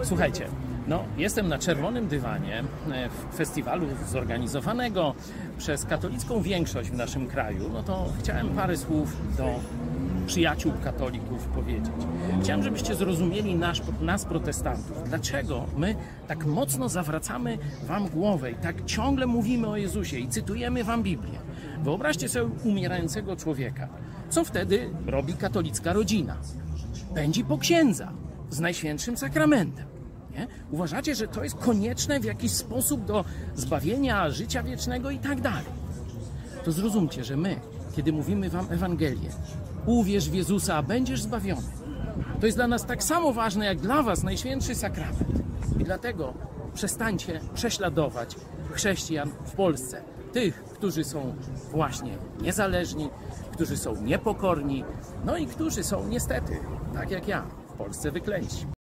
Słuchajcie, jestem na czerwonym dywanie festiwalu zorganizowanego przez katolicką większość w naszym kraju. To chciałem parę słów do przyjaciół katolików powiedzieć. Chciałem, żebyście zrozumieli nas protestantów. Dlaczego my tak mocno zawracamy wam głowę i tak ciągle mówimy o Jezusie i cytujemy wam Biblię. Wyobraźcie sobie umierającego człowieka. Co wtedy robi katolicka rodzina? Pędzi po księdza z Najświętszym Sakramentem. Nie? Uważacie, że to jest konieczne w jakiś sposób do zbawienia, życia wiecznego i tak dalej. To zrozumcie, że my, kiedy mówimy wam Ewangelię, uwierz w Jezusa, a będziesz zbawiony. To jest dla nas tak samo ważne, jak dla was Najświętszy Sakrament. I dlatego przestańcie prześladować chrześcijan w Polsce. Tych, którzy są właśnie niezależni, którzy są niepokorni, i którzy są niestety, tak jak ja, w Polsce wyklęci.